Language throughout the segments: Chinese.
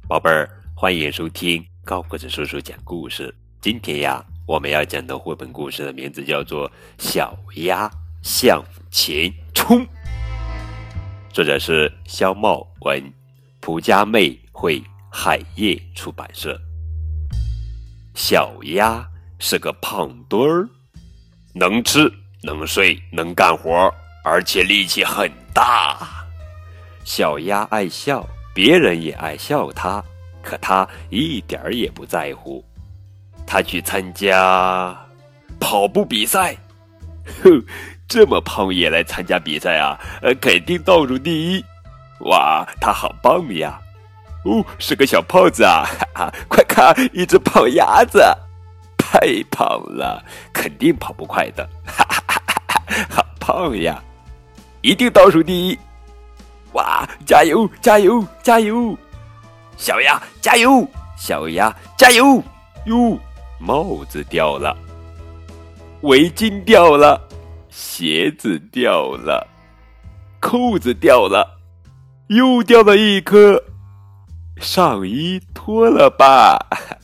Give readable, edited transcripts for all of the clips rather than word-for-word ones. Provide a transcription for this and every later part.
宝贝儿，欢迎收听高个子叔叔讲故事。今天呀，我们要讲的绘本故事的名字叫做《小鸭向前冲》，作者是肖茂文，蒲家妹绘，海叶出版社。小鸭是个胖墩儿，能吃能睡能干活，而且力气很大。小鸭爱笑，别人也爱笑他，可他一点儿也不在乎。他去参加跑步比赛，这么胖也来参加比赛啊？肯定倒数第一！哇，他好棒呀！哦，是个小胖子啊！哈哈，快看，一只胖鸭子，太胖了，肯定跑不快的！哈哈哈哈，好胖呀，一定倒数第一！哇，加油加油加油！小鸭加油，小鸭加油！哟，帽子掉了，围巾掉了，鞋子掉了，扣子掉了，又掉了一颗，上衣脱了吧，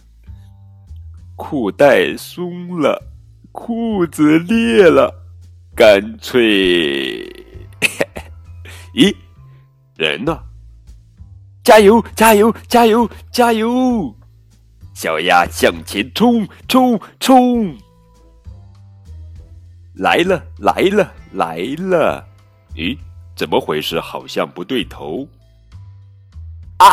裤带松了，裤子裂了，干脆咦，人呢？加油加油加油加油！小鸭向前冲冲冲！来了来了来了！咦，怎么回事？好像不对头。啊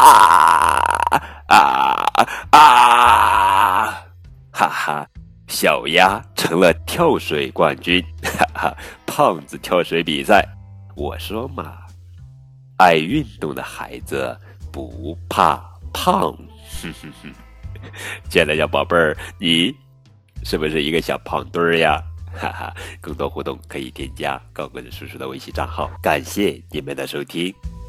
啊啊！哈哈，小鸭成了跳水冠军！哈哈，胖子跳水比赛。我说嘛，爱运动的孩子不怕胖。哼哼哼。亲爱的小宝贝儿，你是不是一个小胖墩儿呀？哈哈，更多互动可以添加高个子叔叔的微信账号。感谢你们的收听。